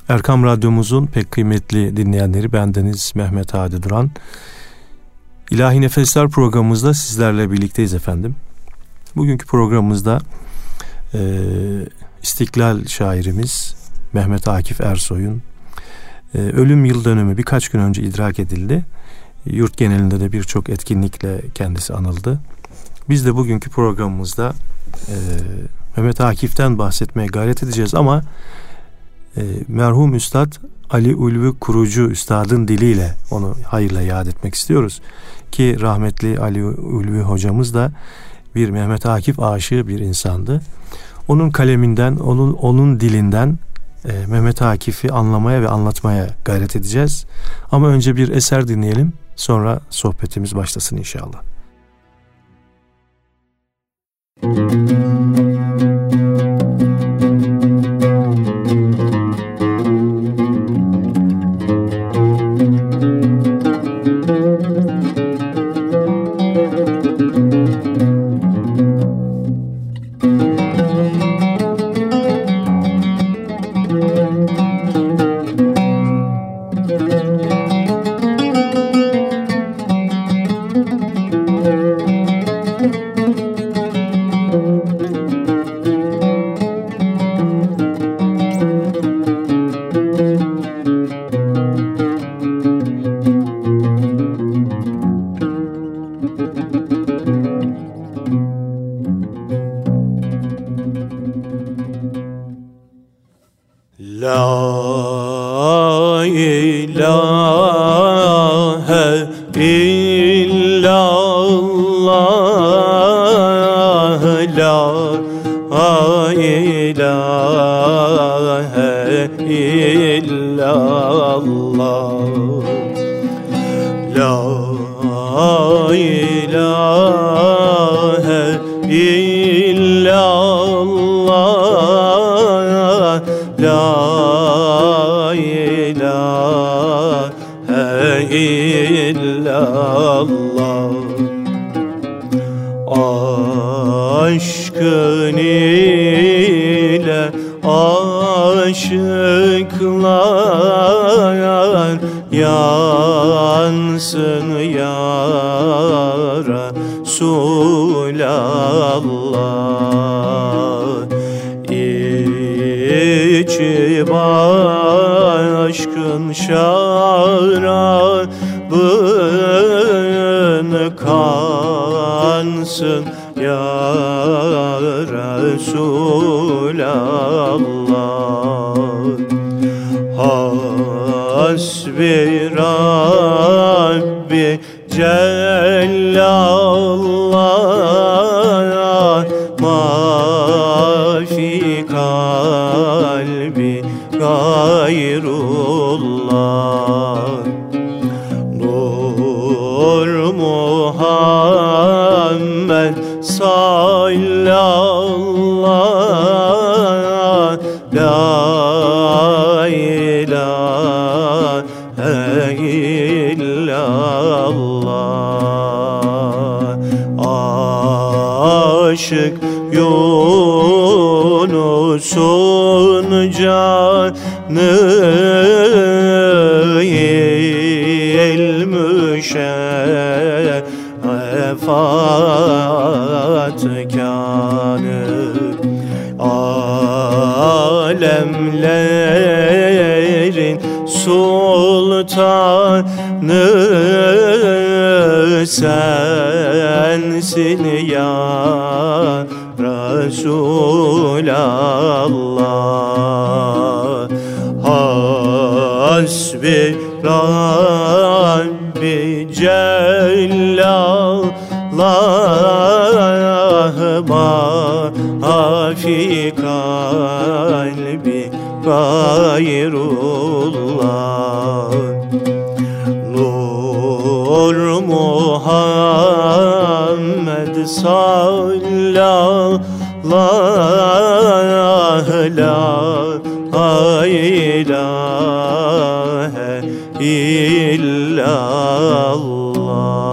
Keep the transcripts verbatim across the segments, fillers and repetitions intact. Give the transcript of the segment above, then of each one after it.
Erkam Radyomuzun pek kıymetli dinleyenleri, bendeniz Mehmet Hadi Duran. İlahi Nefesler programımızda sizlerle birlikteyiz efendim. Bugünkü programımızda e, İstiklal şairimiz Mehmet Akif Ersoy'un e, ölüm yıl dönümü birkaç gün önce idrak edildi. Yurt genelinde de birçok etkinlikle kendisi anıldı. Biz de bugünkü programımızda e, Mehmet Akif'ten bahsetmeye gayret edeceğiz ama e, merhum Üstad Ali Ulvi Kurucu Üstad'ın diliyle onu hayırla yad etmek istiyoruz. Ki rahmetli Ali Ulvi hocamız da bir Mehmet Akif aşığı bir insandı. Onun kaleminden, onun onun dilinden e, Mehmet Akif'i anlamaya ve anlatmaya gayret edeceğiz. Ama önce bir eser dinleyelim, sonra sohbetimiz başlasın inşallah. Yunus'un canı ilmü şefatkanı alemlerin sultanı sensin ya Resulallah. Hasbi Rabbi Cellallah ma fi kalbi gayrullah. Nur Muhammed sallallahu la ilahe illallah.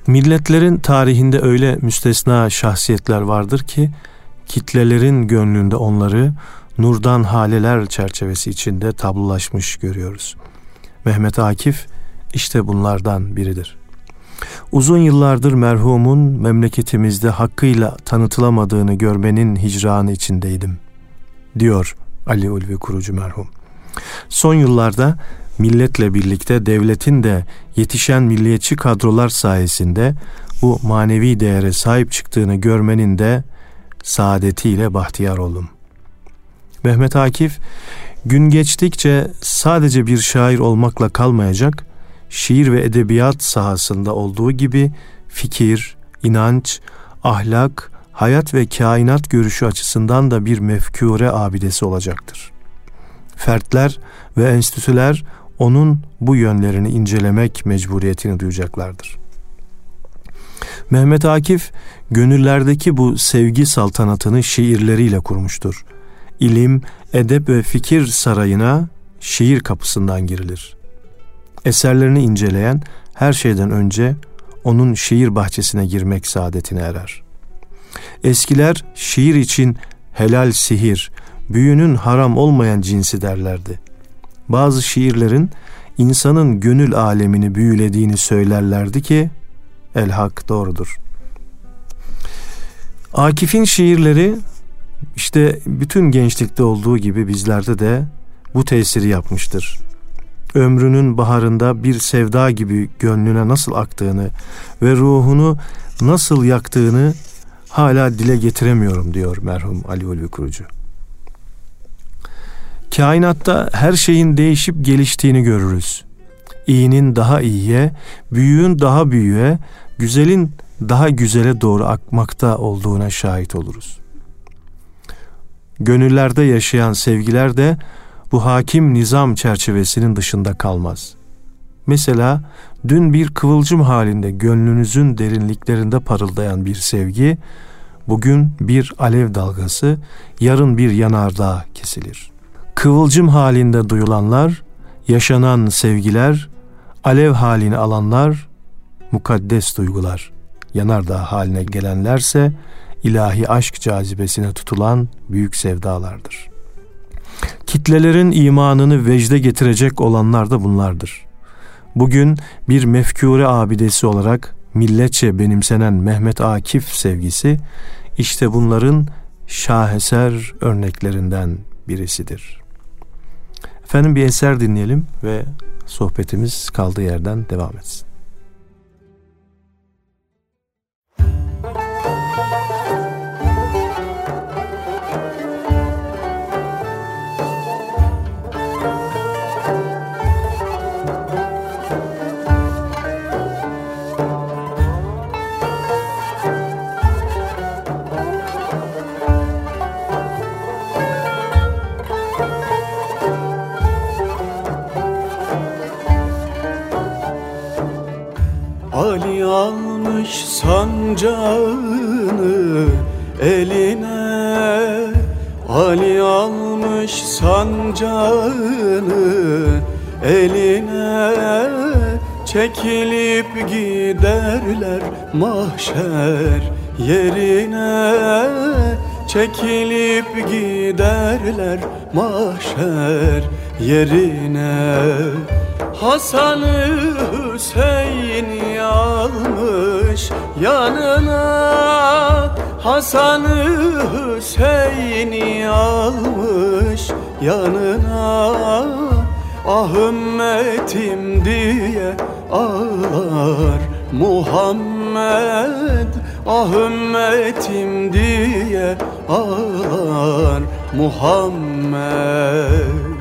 Milletlerin tarihinde öyle müstesna şahsiyetler vardır ki kitlelerin gönlünde onları nurdan haleler çerçevesi içinde tablolaşmış görüyoruz. Mehmet Akif işte bunlardan biridir. Uzun yıllardır merhumun memleketimizde hakkıyla tanıtılamadığını görmenin hicranı içindeydim, diyor Ali Ulvi Kurucu merhum. Son yıllarda milletle birlikte devletin de yetişen milliyetçi kadrolar sayesinde bu manevi değere sahip çıktığını görmenin de saadetiyle bahtiyar oldum. Mehmet Akif gün geçtikçe sadece bir şair olmakla kalmayacak, şiir ve edebiyat sahasında olduğu gibi fikir, inanç, ahlak, hayat ve kainat görüşü açısından da bir mefkûre abidesi olacaktır. Fertler ve enstitüler onun bu yönlerini incelemek mecburiyetini duyacaklardır. Mehmet Akif, gönüllerdeki bu sevgi saltanatını şiirleriyle kurmuştur. İlim, edep ve fikir sarayına şiir kapısından girilir. Eserlerini inceleyen her şeyden önce onun şiir bahçesine girmek saadetine erer. Eskiler şiir için helal sihir, büyünün haram olmayan cinsi derlerdi. Bazı şiirlerin insanın gönül alemini büyülediğini söylerlerdi ki elhak doğrudur. Akif'in şiirleri işte bütün gençlikte olduğu gibi bizlerde de bu tesiri yapmıştır. Ömrünün baharında bir sevda gibi gönlüne nasıl aktığını ve ruhunu nasıl yaktığını hala dile getiremiyorum, diyor merhum Ali Ulvi Kurucu. Kainatta her şeyin değişip geliştiğini görürüz. İyinin daha iyiye, büyüğün daha büyüğe, güzelin daha güzele doğru akmakta olduğuna şahit oluruz. Gönüllerde yaşayan sevgiler de bu hakim nizam çerçevesinin dışında kalmaz. Mesela dün bir kıvılcım halinde gönlünüzün derinliklerinde parıldayan bir sevgi, bugün bir alev dalgası, yarın bir yanardağ kesilir. Kıvılcım halinde duyulanlar, yaşanan sevgiler, alev halini alanlar, mukaddes duygular, yanardağ haline gelenlerse ilahi aşk cazibesine tutulan büyük sevdalardır. Kitlelerin imanını vecde getirecek olanlar da bunlardır. Bugün bir mefkûre abidesi olarak milletçe benimsenen Mehmet Akif sevgisi, işte bunların şaheser örneklerinden birisidir. Efendim bir eser dinleyelim ve sohbetimiz kaldığı yerden devam etsin. Ali almış sancağını eline, Ali almış sancağını eline, çekilip giderler mahşer yerine, çekilip giderler mahşer yerine. Hasan-ı Hüseyin'i almış yanına, Hasan-ı Hüseyin'i almış yanına. Ah ümmetim diye ağlar Muhammed, ah ümmetim diye ağlar Muhammed.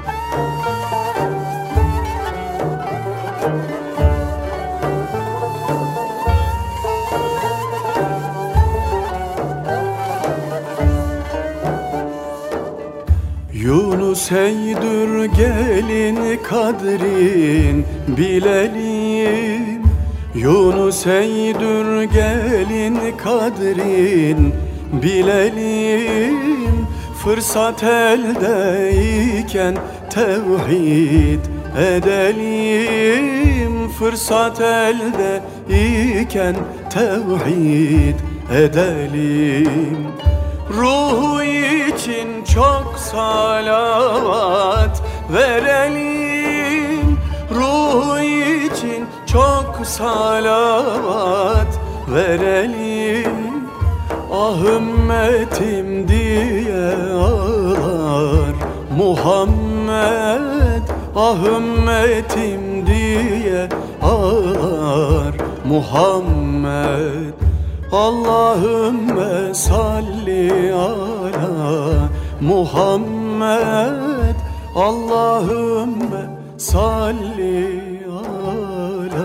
Yunus eydür gelin kadrin bilelim, Yunus eydür gelin kadrin bilelim. Fırsat eldeyken tevhid edelim, fırsat elde iken tevhid edelim. Ruhu için çok salavat verelim. Ruhu için çok salavat verelim. Ah ümmetim diye ağlar Muhammed. Ah ümmetim diye ağlar Muhammed. Allahümme salli ala Muhammed. Allahümme salli ala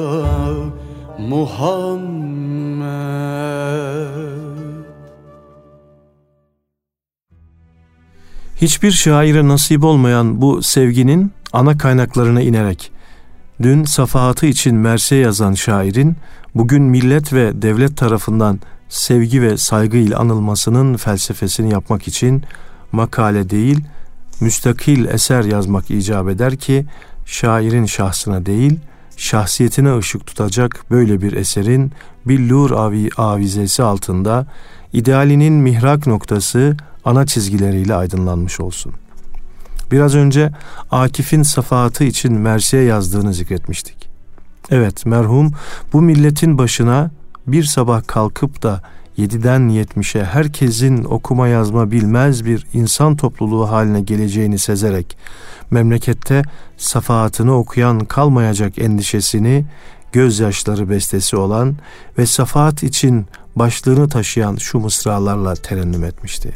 Muhammed. Hiçbir şaire nasip olmayan bu sevginin ana kaynaklarına inerek, dün safahatı için merse yazan şairin, bugün millet ve devlet tarafından sevgi ve saygı ile anılmasının felsefesini yapmak için makale değil, müstakil eser yazmak icap eder ki, şairin şahsına değil, şahsiyetine ışık tutacak böyle bir eserin billur avi avizesi altında idealinin mihrak noktası ana çizgileriyle aydınlanmış olsun. Biraz önce Akif'in safahatı için Mersi'ye yazdığını zikretmiştik. Evet, merhum bu milletin başına bir sabah kalkıp da yediden yetmişe herkesin okuma yazma bilmez bir insan topluluğu haline geleceğini sezerek memlekette safahatını okuyan kalmayacak endişesini gözyaşları bestesi olan ve safahat için başlığını taşıyan şu mısralarla terennüm etmişti.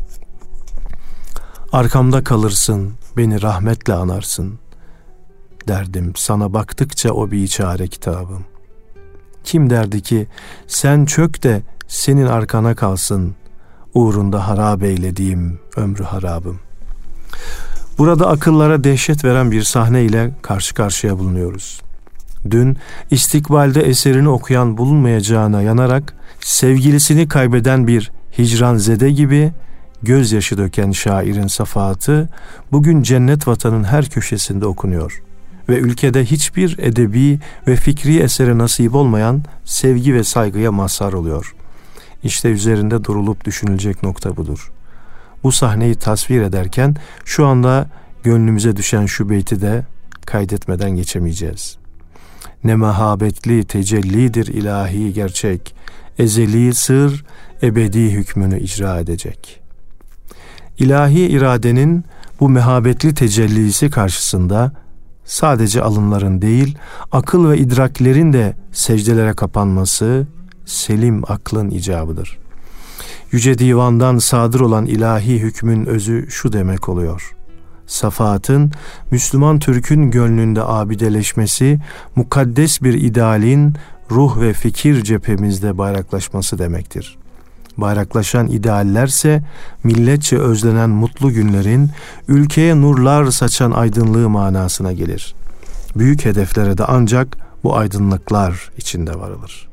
Arkamda kalırsın, beni rahmetle anarsın. Derdim sana baktıkça o biçare kitabım. Kim derdi ki sen çök de senin arkana kalsın, uğrunda harap eylediğim ömrü harabım. Burada akıllara dehşet veren bir sahne ile karşı karşıya bulunuyoruz. Dün istikbalde eserini okuyan bulunmayacağına yanarak sevgilisini kaybeden bir hicranzede gibi gözyaşı döken şairin safahatı bugün cennet vatanın her köşesinde okunuyor ve ülkede hiçbir edebi ve fikri esere nasip olmayan sevgi ve saygıya mazhar oluyor. İşte üzerinde durulup düşünülecek nokta budur. Bu sahneyi tasvir ederken şu anda gönlümüze düşen şu beyti de kaydetmeden geçemeyeceğiz. Ne mehabetli tecellidir ilahi gerçek, ezeli sır ebedi hükmünü icra edecek. İlahi iradenin bu mehabetli tecellisi karşısında sadece alınların değil, akıl ve idraklerin de secdelere kapanması selim aklın icabıdır. Yüce divandan sadır olan ilahi hükmün özü şu demek oluyor: safahatın Müslüman Türk'ün gönlünde abideleşmesi, mukaddes bir idealin ruh ve fikir cephemizde bayraklaşması demektir. Bayraklaşan ideallerse milletçe özlenen mutlu günlerin, ülkeye nurlar saçan aydınlığı manasına gelir. Büyük hedeflere de ancak bu aydınlıklar içinde varılır.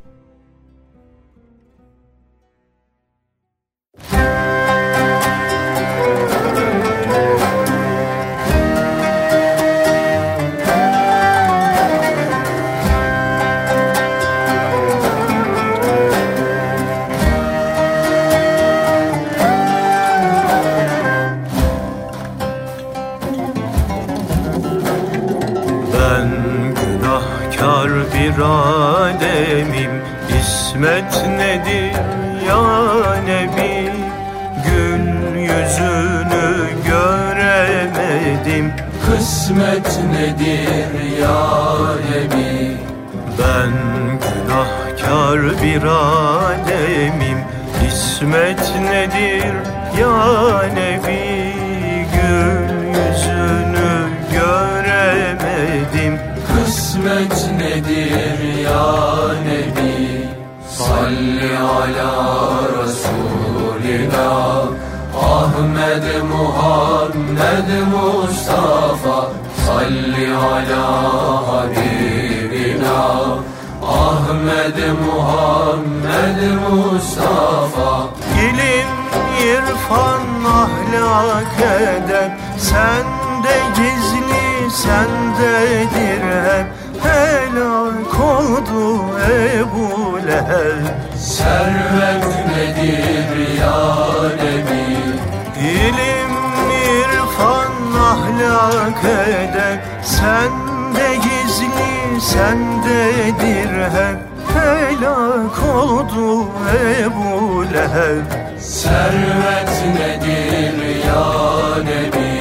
Bir alemim, İsmet nedir ya Nebi? Gül yüzünü göremedim, kısmet nedir ya Nebi? Ben günahkar bir alemim, İsmet nedir ya Nebi? Gül yüzünü göremedim, kısmet nedir ya Nebi? Salli ala Resulina Ahmed Muhammed Mustafa. Salli ala Habibina Ahmed Muhammed Mustafa. İlim, irfan, ahlak, edep sende gizli, sendedir hep. Hey! helak oldu Ebu Leheb. Servet nedir ya Nebi? İlim, irfan, ahlak, edep, sende gizli, sendedir hep. Helak oldu Ebu Leheb. Servet nedir ya Nebi?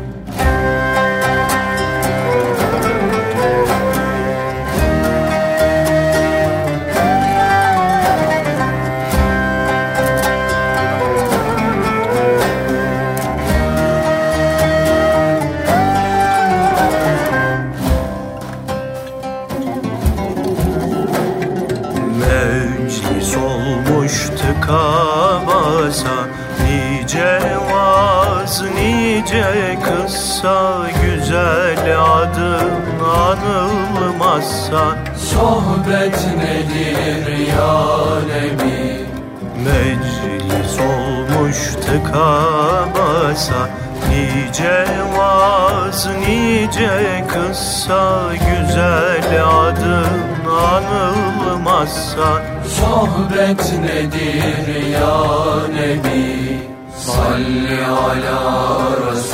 Tıka basa, nice vaz, nice kıssa, güzel adın anılmazsa. Sohbet nedir ya Nebi? Meclis olmuş tıka basa, nice vaz, nice kıssa, güzel adın anılmazsa. Sohbet nedir ya Nebi? Salli ala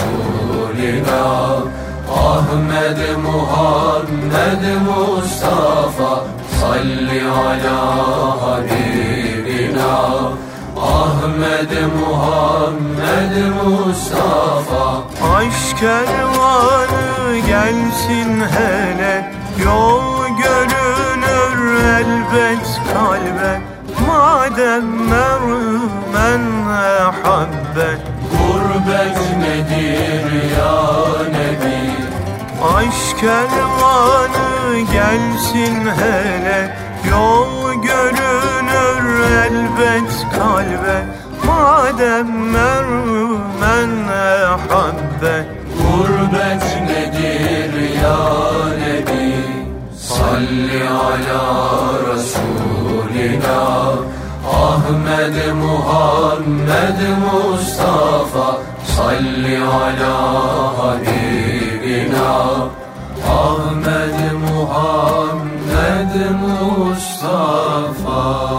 Resulina Ahmed Muhammed Mustafa. Salli ala Habibina Ahmed Muhammed Mustafa. Aşk kervanı gelsin hele, yol görünür elbet kalbe. Madem mermen ehabbe. Gurbet nedir ya Nebi? Aşk kervanı gelsin hele, yol görünür elbet kalbe. Madem mermen ehabbe. Gurbet nedir ya Nebi? Salli ala Resulina Ahmed Muhammed Mustafa. Salli ala Habibina Ahmed Muhammed Mustafa.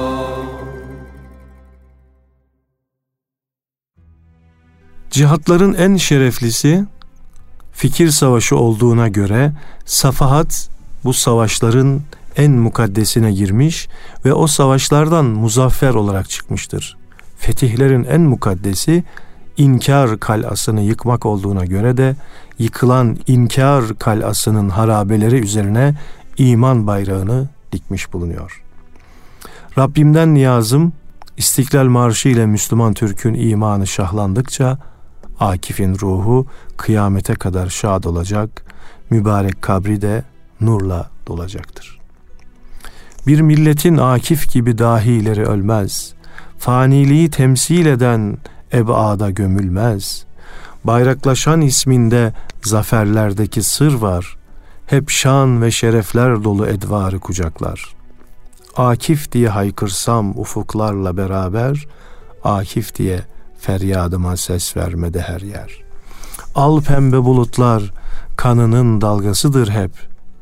Cihatların en şereflisi fikir savaşı olduğuna göre Safahat bu savaşların en mukaddesine girmiş ve o savaşlardan muzaffer olarak çıkmıştır. Fetihlerin en mukaddesi İnkar kalasını yıkmak olduğuna göre de yıkılan İnkar kalasının harabeleri üzerine iman bayrağını dikmiş bulunuyor. Rabbimden niyazım, İstiklal Marşı ile Müslüman Türk'ün imanı şahlandıkça Akif'in ruhu kıyamete kadar şad olacak, mübarek kabri de nurla dolacaktır. Bir milletin Akif gibi dahileri ölmez, faniliği temsil eden ebada gömülmez. Bayraklaşan isminde zaferlerdeki sır var, hep şan ve şerefler dolu edvarı kucaklar. Akif diye haykırsam ufuklarla beraber, Akif diye feryadıma ses vermede her yer. Al pembe bulutlar kanının dalgasıdır hep.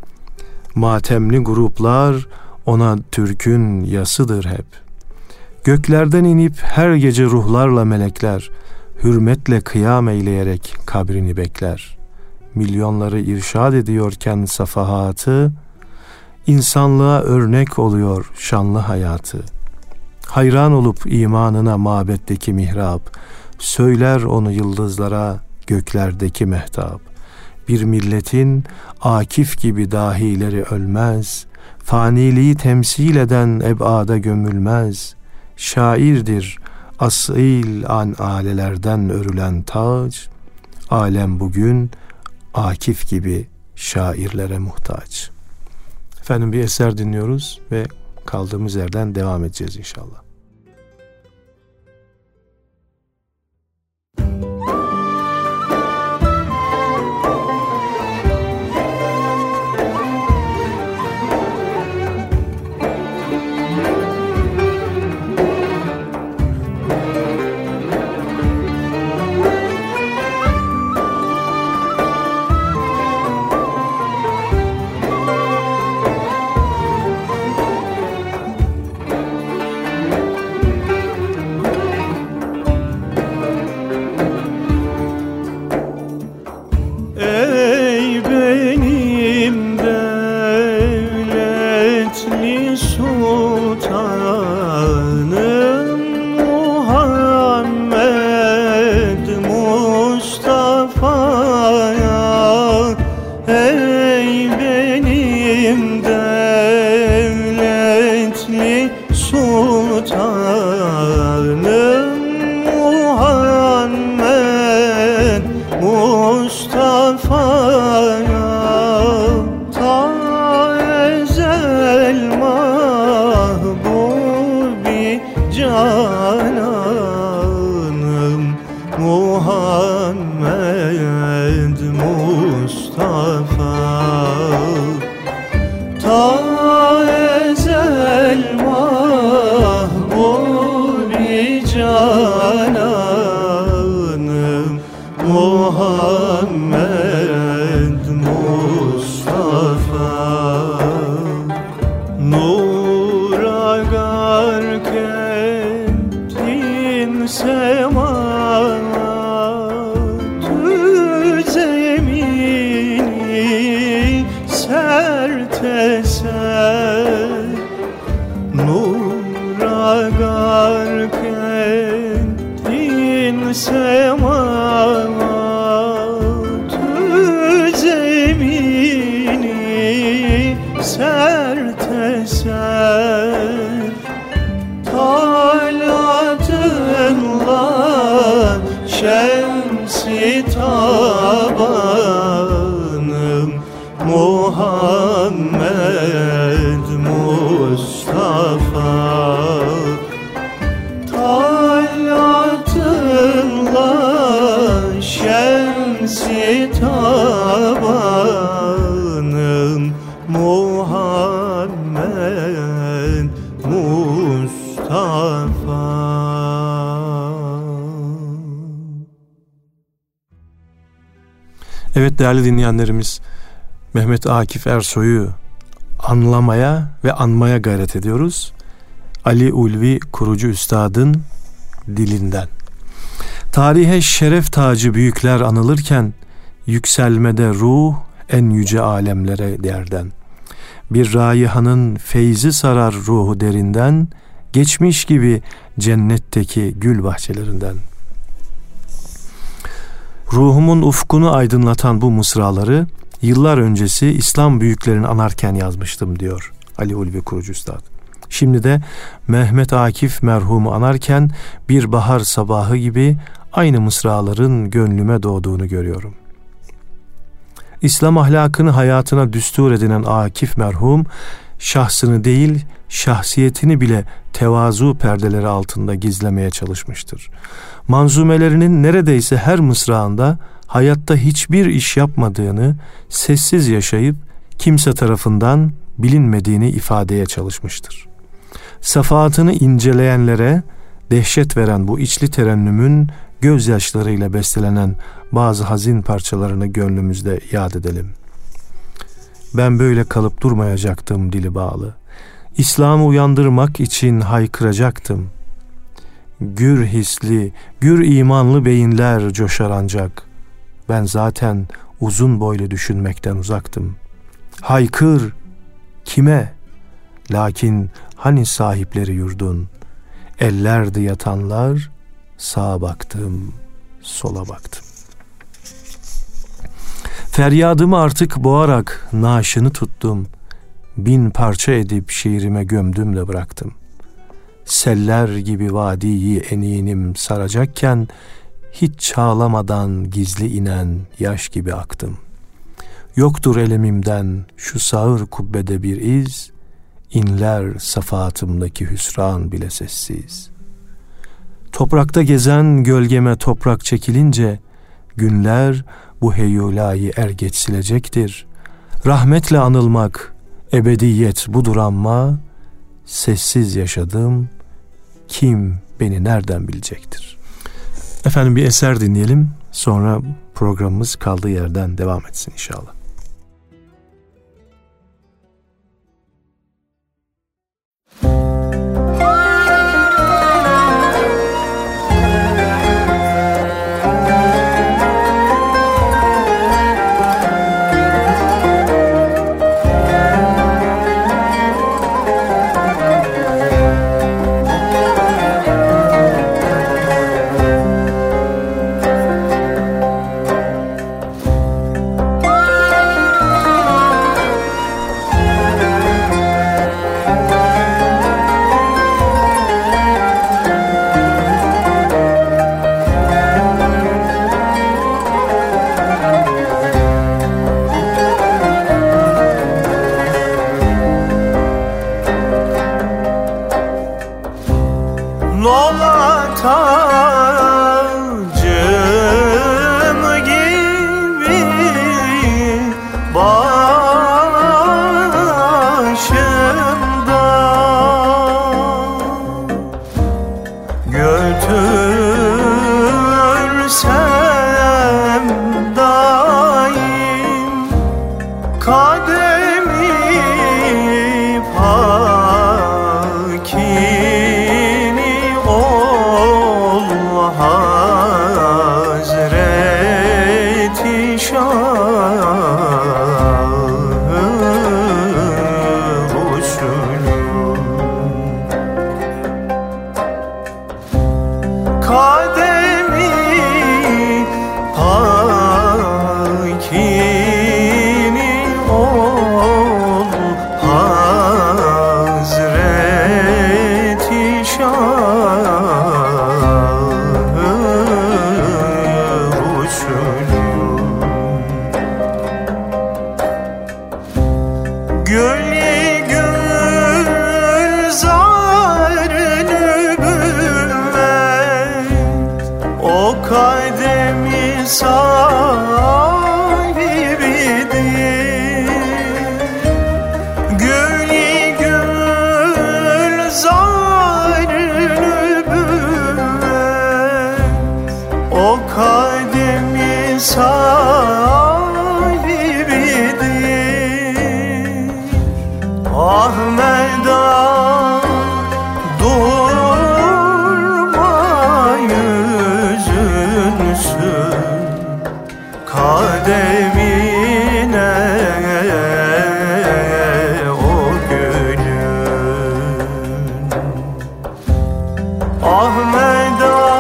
Matemli gruplar ona Türk'ün yasıdır hep. Göklerden inip her gece ruhlarla melekler, hürmetle kıyam eyleyerek kabrini bekler. Milyonları irşad ediyorken safahatı, insanlığa örnek oluyor şanlı hayatı. Hayran olup imanına mabetteki mihrap, söyler onu yıldızlara göklerdeki mehtap. Bir milletin Akif gibi dahileri ölmez, faniliği temsil eden ebada gömülmez. Şairdir asil an alelerden örülen tac, alem bugün Akif gibi şairlere muhtaç. Efendim bir eser dinliyoruz ve kaldığımız yerden devam edeceğiz inşallah. cananım Muhammed Mustafa. Ta ezel mahbub-i cananım Muhammed Mustafa. Nura gark ettin sematü zemini sert eser. Nura gark ettin sematü zemini sert eser. Talatınla şems-i tabanım Muhammed Mustafa. Talatınla şems-i tabanım Muhammed Mustafa. Evet değerli dinleyenlerimiz, Mehmet Akif Ersoy'u anlamaya ve anmaya gayret ediyoruz. Ali Ulvi Kurucu Üstad'ın dilinden. Tarihe şeref tacı büyükler anılırken yükselmede ruh en yüce alemlere derden. Bir raihanın feyzi sarar ruhu derinden, geçmiş gibi cennetteki gül bahçelerinden. Ruhumun ufkunu aydınlatan bu mısraları yıllar öncesi İslam büyüklerini anarken yazmıştım diyor Ali Ulvi Kurucu Üstad. Şimdi de Mehmet Akif merhumu anarken bir bahar sabahı gibi aynı mısraların gönlüme doğduğunu görüyorum. İslam ahlakını hayatına düstur edinen Akif merhum, şahsını değil şahsiyetini bile tevazu perdeleri altında gizlemeye çalışmıştır. Manzumelerinin neredeyse her mısrağında hayatta hiçbir iş yapmadığını, sessiz yaşayıp kimse tarafından bilinmediğini ifadeye çalışmıştır. Safahatını inceleyenlere dehşet veren bu içli terennümün gözyaşlarıyla bestelenen bazı hazin parçalarını gönlümüzde yad edelim. Ben böyle kalıp durmayacaktım dili bağlı. İslam'ı uyandırmak için haykıracaktım. Gür hisli, gür imanlı beyinler coşar ancak. Ben zaten uzun boylu düşünmekten uzaktım. Haykır, kime? Lakin hani sahipleri yurdun? Ellerdi yatanlar, sağa baktım, sola baktım. Feryadımı artık boğarak naaşını tuttum. Bin parça edip şiirime gömdüm de bıraktım. Seller gibi vadiyi eninim saracakken hiç çağlamadan gizli inen yaş gibi aktım. Yoktur elemimden şu sağır kubbede bir iz, inler safahatımdaki hüsran bile sessiz. Toprakta gezen gölgeme toprak çekilince günler bu heyulayı er geç silecektir. Rahmetle anılmak ebediyet budur ama sessiz yaşadım, kim beni nereden bilecektir? Efendim bir eser dinleyelim, sonra programımız kaldığı yerden devam etsin inşallah. Oh Lola tacım gibi başımda götürsem daim kademi pakini ol Hazreti Şah-ı Resulüm. Kademi pakini ol Hazreti Şah-ı Resulüm. Gülü gülzar nübüvvet o kademi sahibidir. Gülü gülzar nübüvvet o kademi sahibidir. Ahmed'a durma yüzünsün kademine o günün. Ahmed'a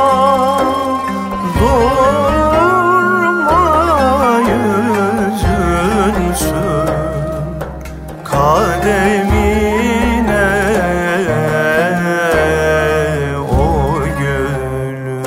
durma yüzünsün kademine o günün.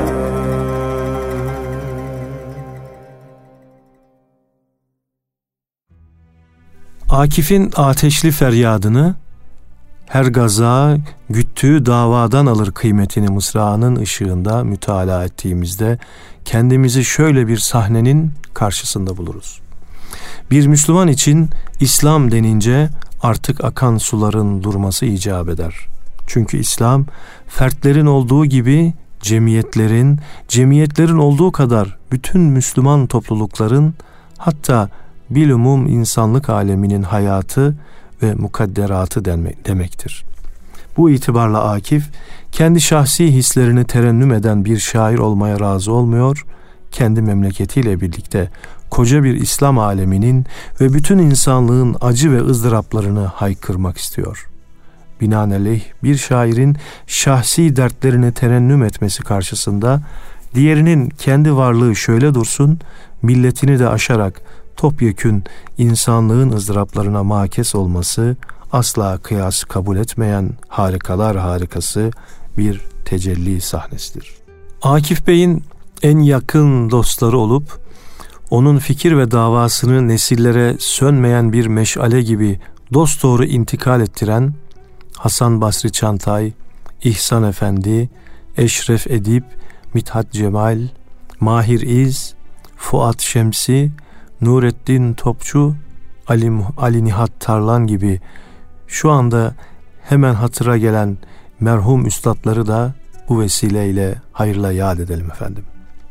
Akif'in ateşli feryadını her gaza güttüğü davadan alır kıymetini mısrağının ışığında mütalaa ettiğimizde kendimizi şöyle bir sahnenin karşısında buluruz. Bir Müslüman için İslam denince artık akan suların durması icap eder. Çünkü İslam fertlerin olduğu gibi cemiyetlerin, cemiyetlerin olduğu kadar bütün Müslüman toplulukların, hatta bilumum insanlık aleminin hayatı ve mukadderatı demektir. Bu itibarla Akif, kendi şahsi hislerini terennüm eden bir şair olmaya razı olmuyor, kendi memleketiyle birlikte koca bir İslam aleminin ve bütün insanlığın acı ve ızdıraplarını haykırmak istiyor. Binaenaleyh bir şairin şahsi dertlerini terennüm etmesi karşısında diğerinin kendi varlığı şöyle dursun, milletini de aşarak topyekün insanlığın ızdıraplarına makes olması asla kıyas kabul etmeyen harikalar harikası bir tecelli sahnesidir. Akif Bey'in en yakın dostları olup onun fikir ve davasını nesillere sönmeyen bir meşale gibi dosdoğru intikal ettiren Hasan Basri Çantay, İhsan Efendi, Eşref Edip, Mithat Cemal, Mahir İz, Fuat Şemsi, Nurettin Topçu, Ali, Ali Nihat Tarlan gibi şu anda hemen hatıra gelen merhum üstadları da bu vesileyle hayırla yad edelim efendim.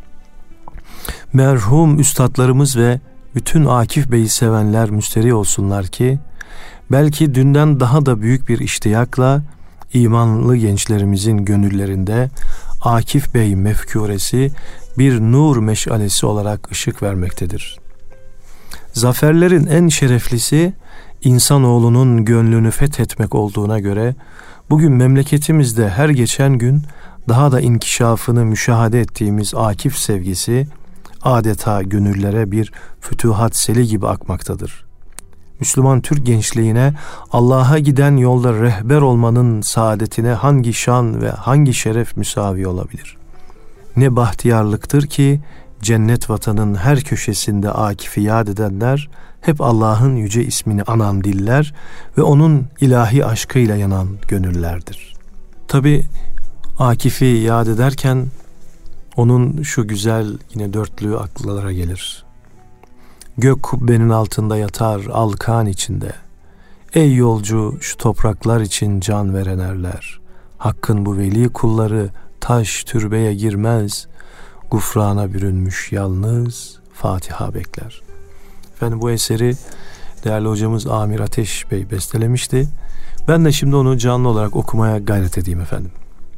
Merhum üstadlarımız ve bütün Akif Bey'i sevenler müsterih olsunlar ki belki dünden daha da büyük bir iştiyakla imanlı gençlerimizin gönüllerinde Akif Bey mefkuresi bir nur meşalesi olarak ışık vermektedir. Zaferlerin en şereflisi insanoğlunun gönlünü fethetmek olduğuna göre bugün memleketimizde her geçen gün daha da inkişafını müşahede ettiğimiz Akif sevgisi adeta gönüllere bir fütuhat seli gibi akmaktadır. Müslüman Türk gençliğine Allah'a giden yolda rehber olmanın saadetine hangi şan ve hangi şeref müsavi olabilir? Ne bahtiyarlıktır ki cennet vatanın her köşesinde Akif'i yad edenler hep Allah'ın yüce ismini anan diller ve onun ilahi aşkıyla yanan gönüllerdir. Tabi Akif'i yad ederken onun şu güzel yine dörtlüğü akıllara gelir. Gök kubbenin altında yatar alkan içinde. Ey yolcu şu topraklar için can veren erler. Hakkın bu veli kulları taş türbeye girmez. Gufrana bürünmüş yalnız Fatiha bekler. Efendim bu eseri değerli hocamız Amir Ateş Bey bestelemişti. Ben de şimdi onu canlı olarak okumaya gayret edeyim efendim.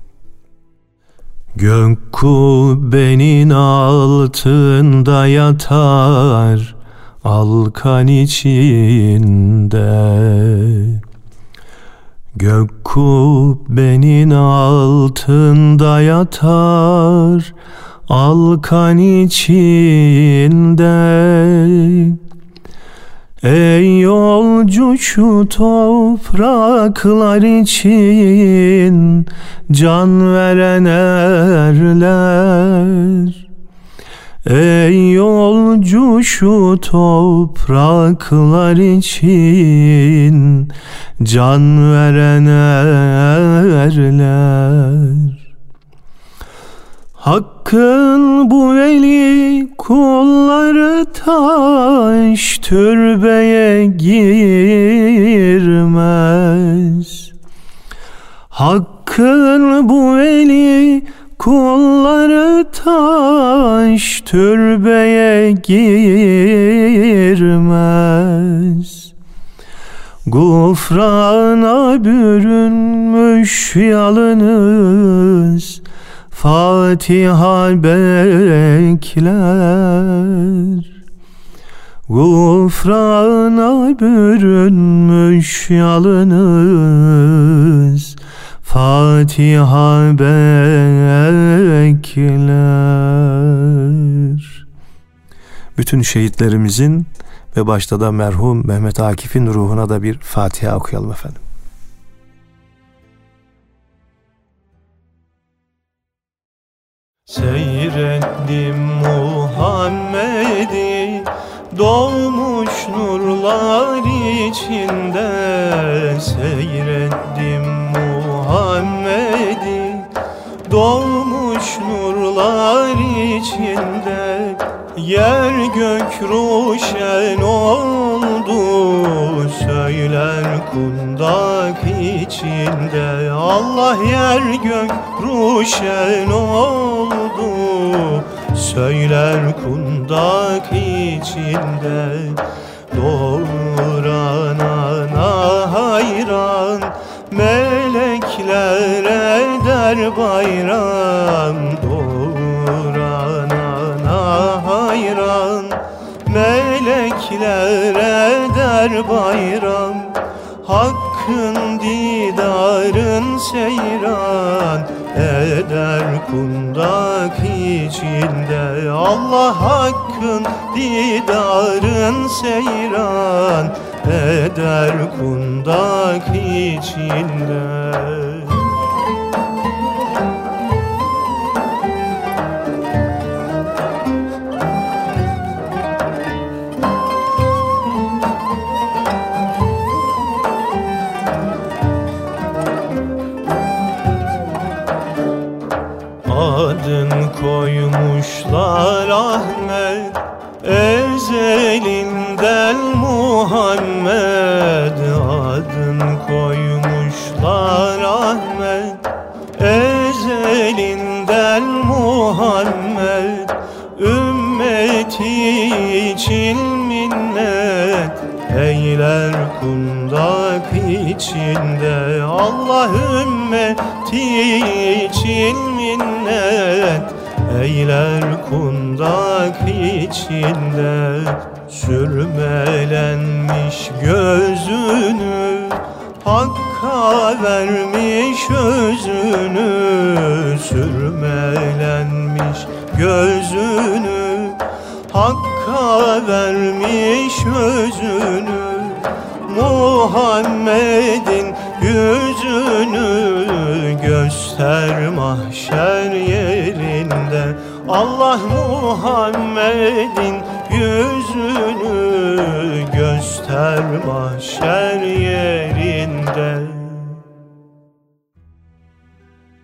Gök kubbenin altında yatar alkan içinde. Gök kubbenin altında yatar alkan içinde. Ey yolcu şu topraklar için can veren erler. Ey yolcu şu topraklar için can veren erler. Hakkın bu veli kulları taş türbeye girmez. Hakkın bu veli kulları taş türbeye girmez. Gufrana bürünmüş yalınız Fatiha bekler. Gufrana bürünmüş yalınız Fatiha bekler. Bütün şehitlerimizin ve başta da merhum Mehmet Akif'in ruhuna da bir Fatiha okuyalım efendim. Seyrettim Muhammed'i doğmuş nurlar içinde. Seyrettim Muhammed'i doğmuş nurlar içinde. Yer gök ruşen oldu söyler kundak içinde. Allah yer gök ruşen oldu söyler kundak içinde. Doğuranana hayran melekler eder bayram. Doğuranana hayran melekler eder bayram. Hakkın didarın seyran eder kundak içinde. Allah hakkın didarın seyran eder kundak içinde. Adın koymuşlar Ahmet, ezelinden Muhammed. Adın koymuşlar Ahmet, ezelinden Muhammed. Ümmeti için minnet eyler kundak içinde. Allah ümmeti için minnet eyler kundak içinde. Sürmelenmiş gözünü Hakka vermiş özünü. Sürmelenmiş gözünü Hakka vermiş özünü. Muhammed'in yüzünü göster mahşer yerinde. Allah Muhammed'in yüzünü göster mahşer yerinde.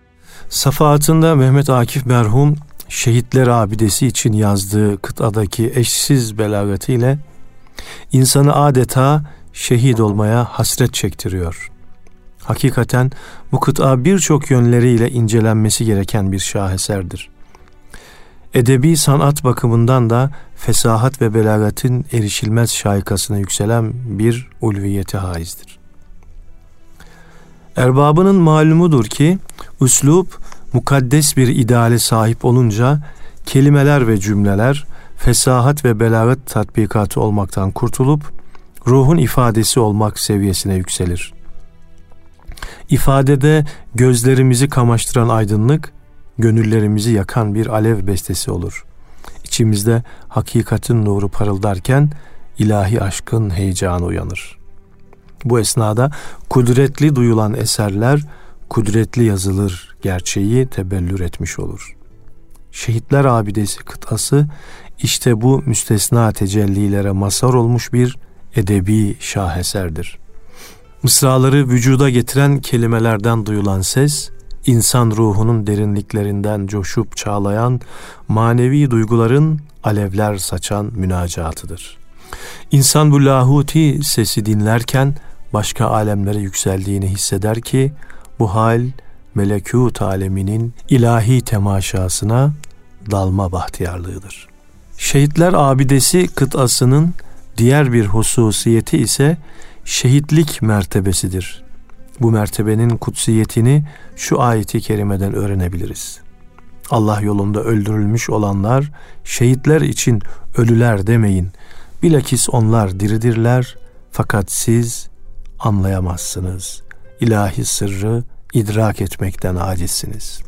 Safahatında Mehmet Akif merhum Şehitler Abidesi için yazdığı kıtadaki eşsiz belagatıyla insanı adeta şehit olmaya hasret çektiriyor. Hakikaten bu kıta birçok yönleriyle incelenmesi gereken bir şaheserdir. Edebi sanat bakımından da fesahat ve belagatın erişilmez şaikasına yükselen bir ulviyete haizdir. Erbabının malumudur ki üslup mukaddes bir ideale sahip olunca kelimeler ve cümleler fesahat ve belagat tatbikatı olmaktan kurtulup ruhun ifadesi olmak seviyesine yükselir. İfadede gözlerimizi kamaştıran aydınlık, gönüllerimizi yakan bir alev bestesi olur. İçimizde hakikatin nuru parıldarken ilahi aşkın heyecanı uyanır. Bu esnada kudretli duyulan eserler kudretli yazılır gerçeği tebellür etmiş olur. Şehitler Abidesi kıtası işte bu müstesna tecellilere mazhar olmuş bir edebi şaheserdir. Mısraları vücuda getiren kelimelerden duyulan ses, insan ruhunun derinliklerinden coşup çağlayan manevi duyguların alevler saçan münacatıdır. İnsan bu lahuti sesi dinlerken başka alemlere yükseldiğini hisseder ki bu hal melekût aleminin ilahi temaşasına dalma bahtiyarlığıdır. Şehitler Abidesi kıtasının diğer bir hususiyeti ise şehitlik mertebesidir. Bu mertebenin kutsiyetini şu ayeti kerimeden öğrenebiliriz. Allah yolunda öldürülmüş olanlar şehitler için ölüler demeyin. Bilakis onlar diridirler fakat siz anlayamazsınız. İlahi sırrı idrak etmekten acizsiniz.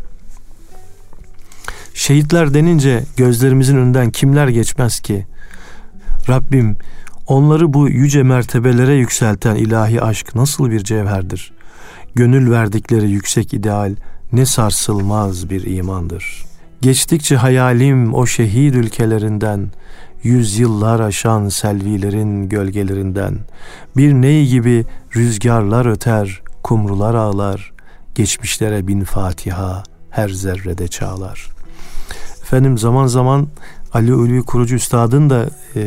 Şehitler denince gözlerimizin önünden kimler geçmez ki? Rabbim, onları bu yüce mertebelere yükselten ilahi aşk nasıl bir cevherdir? Gönül verdikleri yüksek ideal ne sarsılmaz bir imandır. Geçtikçe hayalim o şehit ülkelerinden, yüzyıllar aşan selvilerin gölgelerinden, bir ney gibi rüzgarlar öter, kumrular ağlar, geçmişlere bin Fatiha her zerrede çağlar. Efendim zaman zaman Ali Ulvi Kurucu Üstad'ın da e,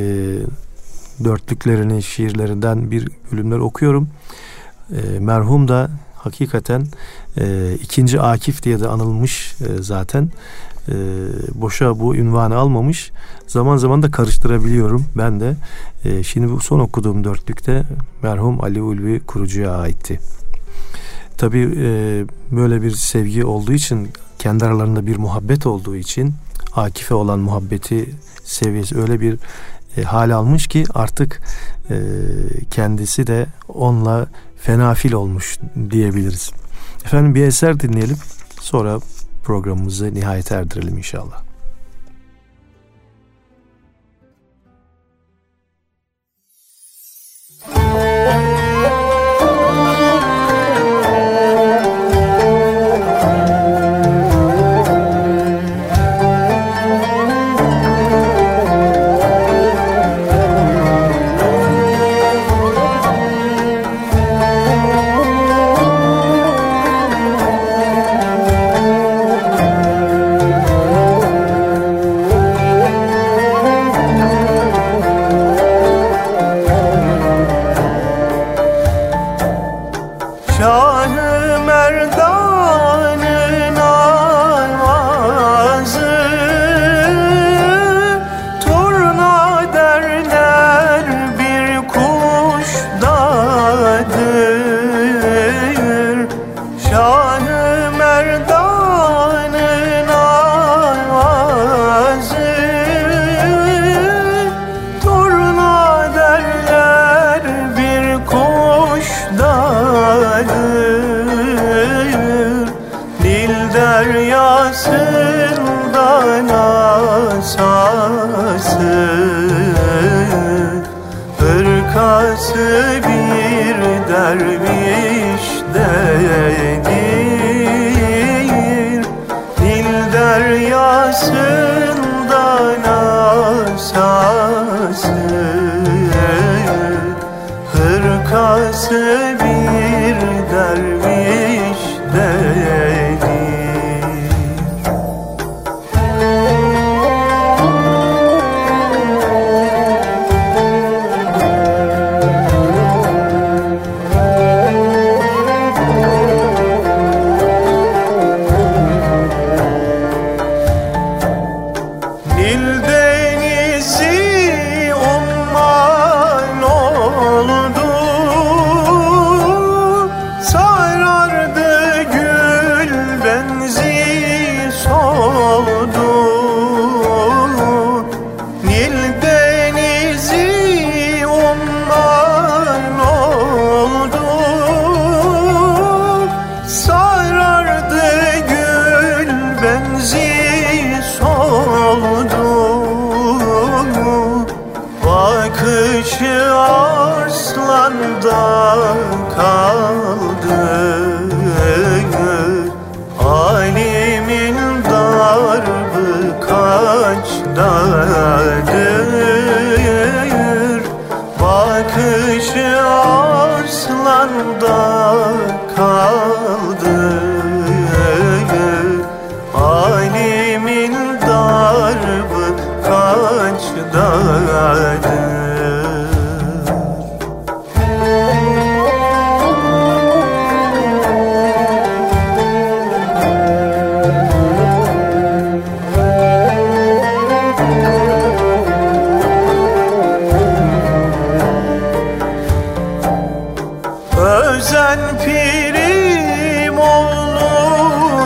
dörtlüklerini, şiirlerinden bir bölümler okuyorum. E, merhum da hakikaten e, ikinci Akif diye de anılmış e, zaten. E, boşa bu ünvanı almamış. Zaman zaman da karıştırabiliyorum ben de. E, şimdi bu son okuduğum dörtlükte merhum Ali Ulvi Kurucu'ya aitti. Tabii e, böyle bir sevgi olduğu için, kendi aralarında bir muhabbet olduğu için Akif'e olan muhabbeti seviyesi öyle bir e, hal almış ki artık e, kendisi de onunla fenafil olmuş diyebiliriz. Efendim bir eser dinleyelim, sonra programımızı nihayete erdirelim inşallah. Hırkası bir derviş dedi. aslanımda kaldı. Alimin darbı kaçtadır, bakışı aslanda kaldı. Alimin darbı kaçtadır. Özen pirim oğlu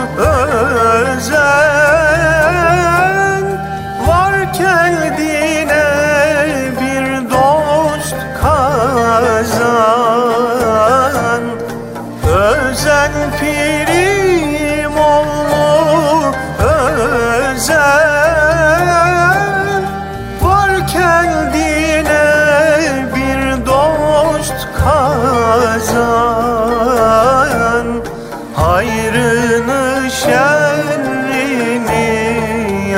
özen, var kendine bir dost kazan. Özen pirim oğlu özen, var kendine bir dost kazan. Hayrını şerrini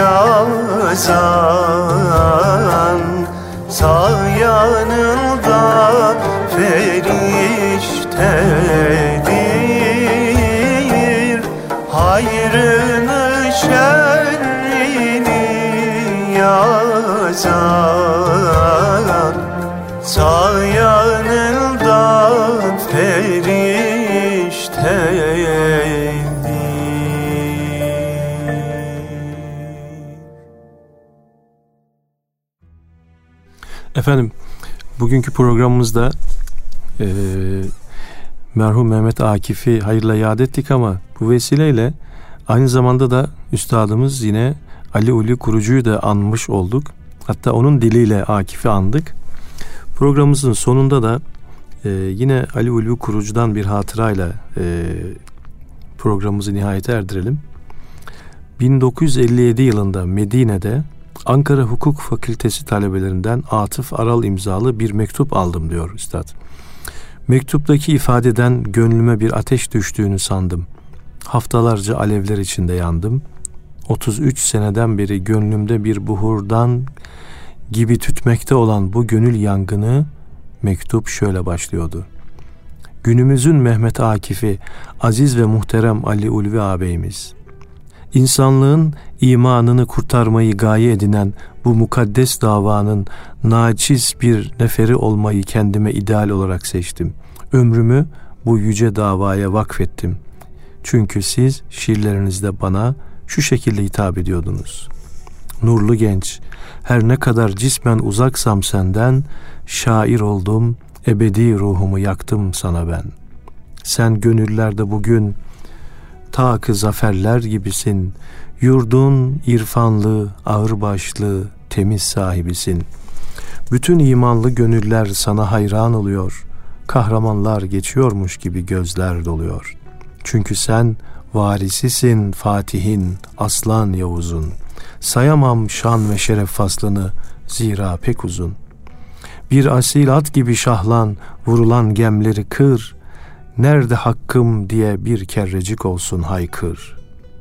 yazan, sağ yanında feriştedir. Hayrını şerrini yazan, sağ yanında feriştedir. Efendim, bugünkü programımızda e, merhum Mehmet Akif'i hayırla yad ettik ama bu vesileyle aynı zamanda da üstadımız yine Ali Ulvi Kurucu'yu da anmış olduk. Hatta onun diliyle Akif'i andık. Programımızın sonunda da e, yine Ali Ulvi Kurucu'dan bir hatırayla e, programımızı nihayete erdirelim. bin dokuz yüz elli yedi yılında Medine'de Ankara Hukuk Fakültesi talebelerinden Atıf Aral imzalı bir mektup aldım diyor üstad. Mektuptaki ifadeden gönlüme bir ateş düştüğünü sandım. Haftalarca alevler içinde yandım. otuz üç seneden beri gönlümde bir buhurdan gibi tütmekte olan bu gönül yangını, mektup şöyle başlıyordu. Günümüzün Mehmet Akif'i, aziz ve muhterem Ali Ulvi ağabeyimiz. İnsanlığın imanını kurtarmayı gaye edinen bu mukaddes davanın naçiz bir neferi olmayı kendime ideal olarak seçtim. Ömrümü bu yüce davaya vakfettim. Çünkü siz şiirlerinizde bana şu şekilde hitap ediyordunuz. Nurlu genç, her ne kadar cismen uzaksam senden, şair oldum, ebedi ruhumu yaktım sana ben. Sen gönüllerde bugün ta-kı zaferler gibisin, yurdun irfanlı, ağırbaşlı, temiz sahibisin. Bütün imanlı gönüller sana hayran oluyor, kahramanlar geçiyormuş gibi gözler doluyor. Çünkü sen varisisin Fatih'in, Aslan Yavuz'un. Sayamam şan ve şeref faslını, zira pek uzun. Bir asil at gibi şahlan, vurulan gemleri kır, nerede hakkım diye bir kerrecik olsun haykır.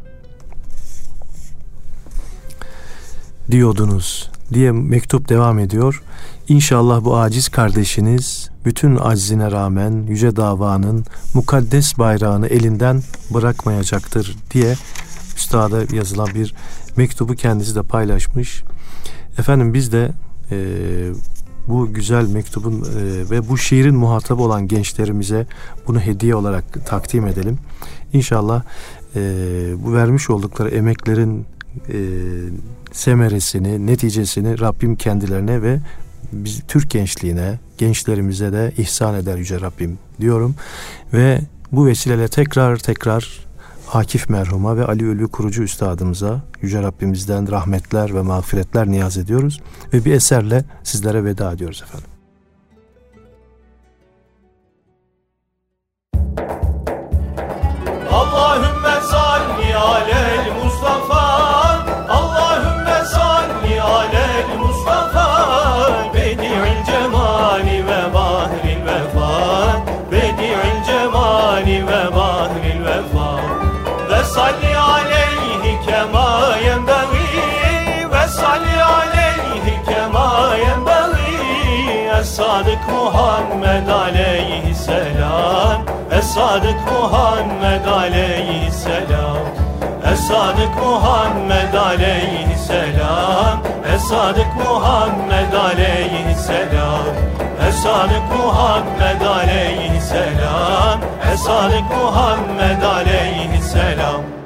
Diyordunuz diye mektup devam ediyor. İnşallah bu aciz kardeşiniz bütün aczine rağmen yüce davanın mukaddes bayrağını elinden bırakmayacaktır diye üstada yazılan bir mektubu kendisi de paylaşmış. Efendim biz de e, bu güzel mektubun e, ve bu şiirin muhatabı olan gençlerimize bunu hediye olarak takdim edelim. İnşallah e, bu vermiş oldukları emeklerin e, semeresini, neticesini Rabbim kendilerine ve biz Türk gençliğine, gençlerimize de ihsan eder Yüce Rabbim diyorum. Ve bu vesileyle tekrar tekrar Akif merhuma ve Ali Ulvi Kurucu üstadımıza Yüce Rabbimizden rahmetler ve mağfiretler niyaz ediyoruz. Ve bir eserle sizlere veda ediyoruz efendim. Allahümme salli alel Mustafa, Allahümme salli alel Mustafa, bedi'il cemali ve bahril vefa. Es-Sadık Muhammed aleyhisselam, Es-Sadık Muhammed aleyhisselam, Es-Sadık Muhammed aleyhisselam, Es-Sadık Muhammed aleyhisselam, Es-Sadık Muhammed aleyhisselam, Es-Sadık Muhammed aleyhisselam.